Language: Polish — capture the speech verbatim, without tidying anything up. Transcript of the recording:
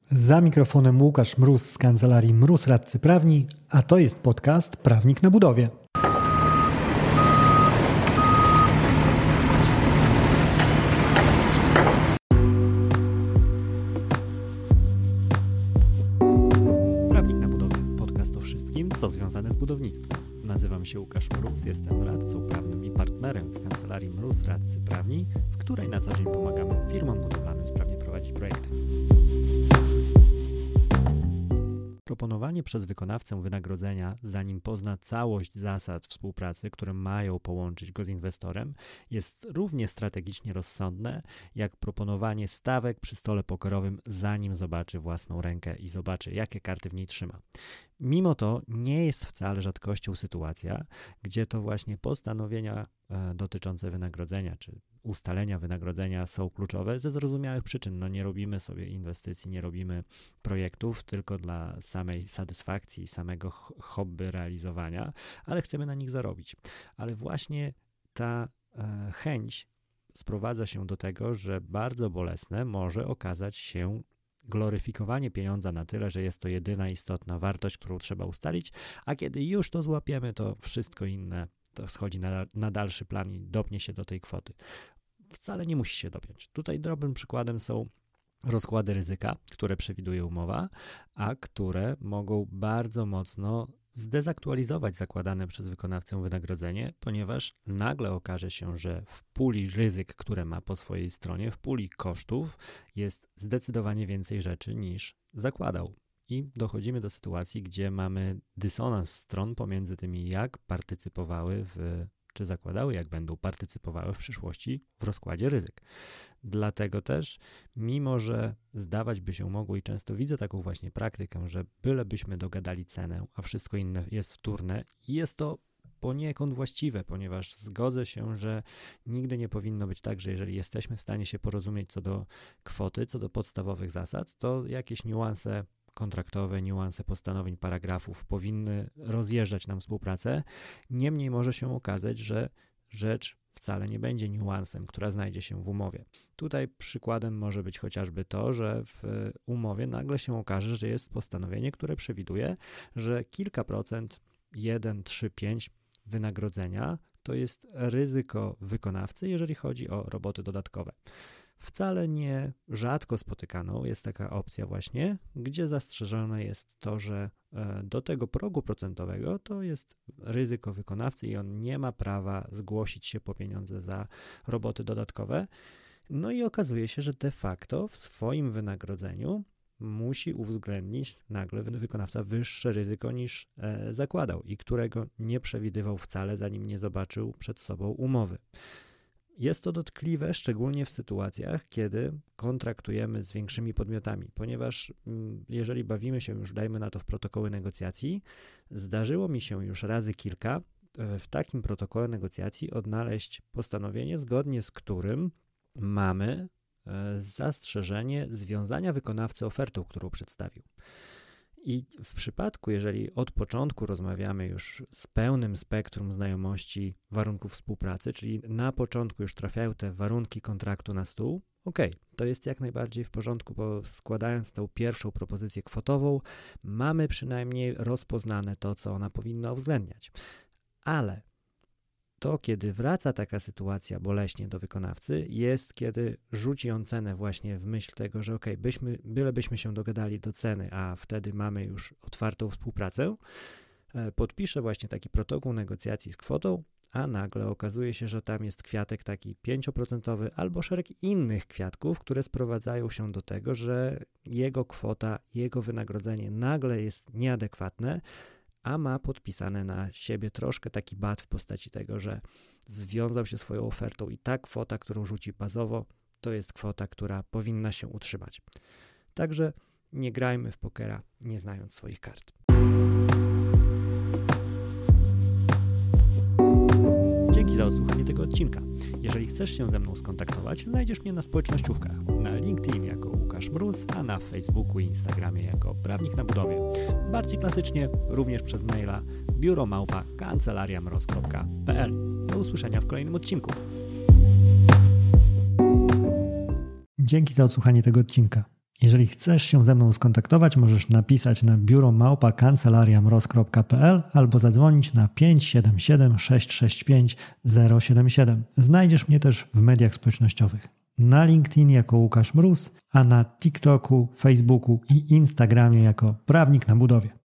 Za mikrofonem Łukasz Mróz z kancelarii Mróz Radcy Prawni, a to jest podcast Prawnik na budowie. Prawnik na budowie, podcast o wszystkim, co związane z budownictwem. Nazywam się Łukasz Mróz, jestem radcą prawnym i partnerem w kancelarii Mróz Radcy Prawni, w której na co dzień pomagamy firmom budowlanym sprawnie prowadzić projekty. Proponowanie przez wykonawcę wynagrodzenia, zanim pozna całość zasad współpracy, które mają połączyć go z inwestorem, jest równie strategicznie rozsądne, jak proponowanie stawek przy stole pokerowym, zanim zobaczy własną rękę i zobaczy, jakie karty w niej trzyma. Mimo to nie jest wcale rzadkością sytuacja, gdzie to właśnie postanowienia e, dotyczące wynagrodzenia czy ustalenia wynagrodzenia są kluczowe ze zrozumiałych przyczyn. No nie robimy sobie inwestycji, nie robimy projektów tylko dla samej satysfakcji, samego hobby realizowania, ale chcemy na nich zarobić. Ale właśnie ta e, chęć sprowadza się do tego, że bardzo bolesne może okazać się gloryfikowanie pieniądza na tyle, że jest to jedyna istotna wartość, którą trzeba ustalić, a kiedy już to złapiemy, to wszystko inne to schodzi na, na dalszy plan i dopnie się do tej kwoty. Wcale nie musi się dopiąć. Tutaj dobrym przykładem są rozkłady ryzyka, które przewiduje umowa, a które mogą bardzo mocno zdezaktualizować zakładane przez wykonawcę wynagrodzenie, ponieważ nagle okaże się, że w puli ryzyk, które ma po swojej stronie, w puli kosztów jest zdecydowanie więcej rzeczy niż zakładał. I dochodzimy do sytuacji, gdzie mamy dysonans stron pomiędzy tymi, jak partycypowały w czy zakładały, jak będą partycypowały w przyszłości w rozkładzie ryzyk. Dlatego też, mimo że zdawać by się mogło i często widzę taką właśnie praktykę, że bylebyśmy dogadali cenę, a wszystko inne jest wtórne, jest to poniekąd właściwe, ponieważ zgodzę się, że nigdy nie powinno być tak, że jeżeli jesteśmy w stanie się porozumieć co do kwoty, co do podstawowych zasad, to jakieś niuanse kontraktowe, niuanse postanowień, paragrafów powinny rozjeżdżać nam współpracę. Niemniej może się okazać, że rzecz wcale nie będzie niuansem, która znajdzie się w umowie. Tutaj przykładem może być chociażby to, że w umowie nagle się okaże, że jest postanowienie, które przewiduje, że kilka procent, jeden, trzy, pięć wynagrodzenia to jest ryzyko wykonawcy, jeżeli chodzi o roboty dodatkowe. Wcale nie rzadko spotykaną jest taka opcja właśnie, gdzie zastrzeżone jest to, że do tego progu procentowego to jest ryzyko wykonawcy i on nie ma prawa zgłosić się po pieniądze za roboty dodatkowe. No i okazuje się, że de facto w swoim wynagrodzeniu musi uwzględnić nagle wykonawca wyższe ryzyko niż zakładał i którego nie przewidywał wcale, zanim nie zobaczył przed sobą umowy. Jest to dotkliwe, szczególnie w sytuacjach, kiedy kontraktujemy z większymi podmiotami, ponieważ jeżeli bawimy się już, dajmy na to, w protokoły negocjacji, zdarzyło mi się już razy kilka w takim protokole negocjacji odnaleźć postanowienie, zgodnie z którym mamy zastrzeżenie związania wykonawcy ofertą, którą przedstawił. I w przypadku, jeżeli od początku rozmawiamy już z pełnym spektrum znajomości warunków współpracy, czyli na początku już trafiają te warunki kontraktu na stół, ok, to jest jak najbardziej w porządku, bo składając tą pierwszą propozycję kwotową, mamy przynajmniej rozpoznane to, co ona powinna uwzględniać. Ale to, kiedy wraca taka sytuacja boleśnie do wykonawcy, jest, kiedy rzuci on cenę właśnie w myśl tego, że ok, byśmy, bylebyśmy się dogadali do ceny, a wtedy mamy już otwartą współpracę, podpisze właśnie taki protokół negocjacji z kwotą, a nagle okazuje się, że tam jest kwiatek taki pięć procent albo szereg innych kwiatków, które sprowadzają się do tego, że jego kwota, jego wynagrodzenie nagle jest nieadekwatne, a ma podpisane na siebie troszkę taki bat w postaci tego, że związał się swoją ofertą i ta kwota, którą rzuci bazowo, to jest kwota, która powinna się utrzymać. Także nie grajmy w pokera, nie znając swoich kart. Dzięki za odsłuchanie tego odcinka. Jeżeli chcesz się ze mną skontaktować, znajdziesz mnie na społecznościówkach, na LinkedIn jako Łukasz Mróz, a na Facebooku i Instagramie jako Prawnik na budowie. Bardziej klasycznie również przez maila biuro małpa kancelaria mroz kropka p l. Do usłyszenia w kolejnym odcinku. Dzięki za odsłuchanie tego odcinka. Jeżeli chcesz się ze mną skontaktować, możesz napisać na biuro małpa kancelaria mroz kropka p l albo zadzwonić na pięć siedem siedem sześć sześć pięć zero siedem siedem. Znajdziesz mnie też w mediach społecznościowych. Na LinkedIn jako Łukasz Mróz, a na TikToku, Facebooku i Instagramie jako Prawnik na Budowie.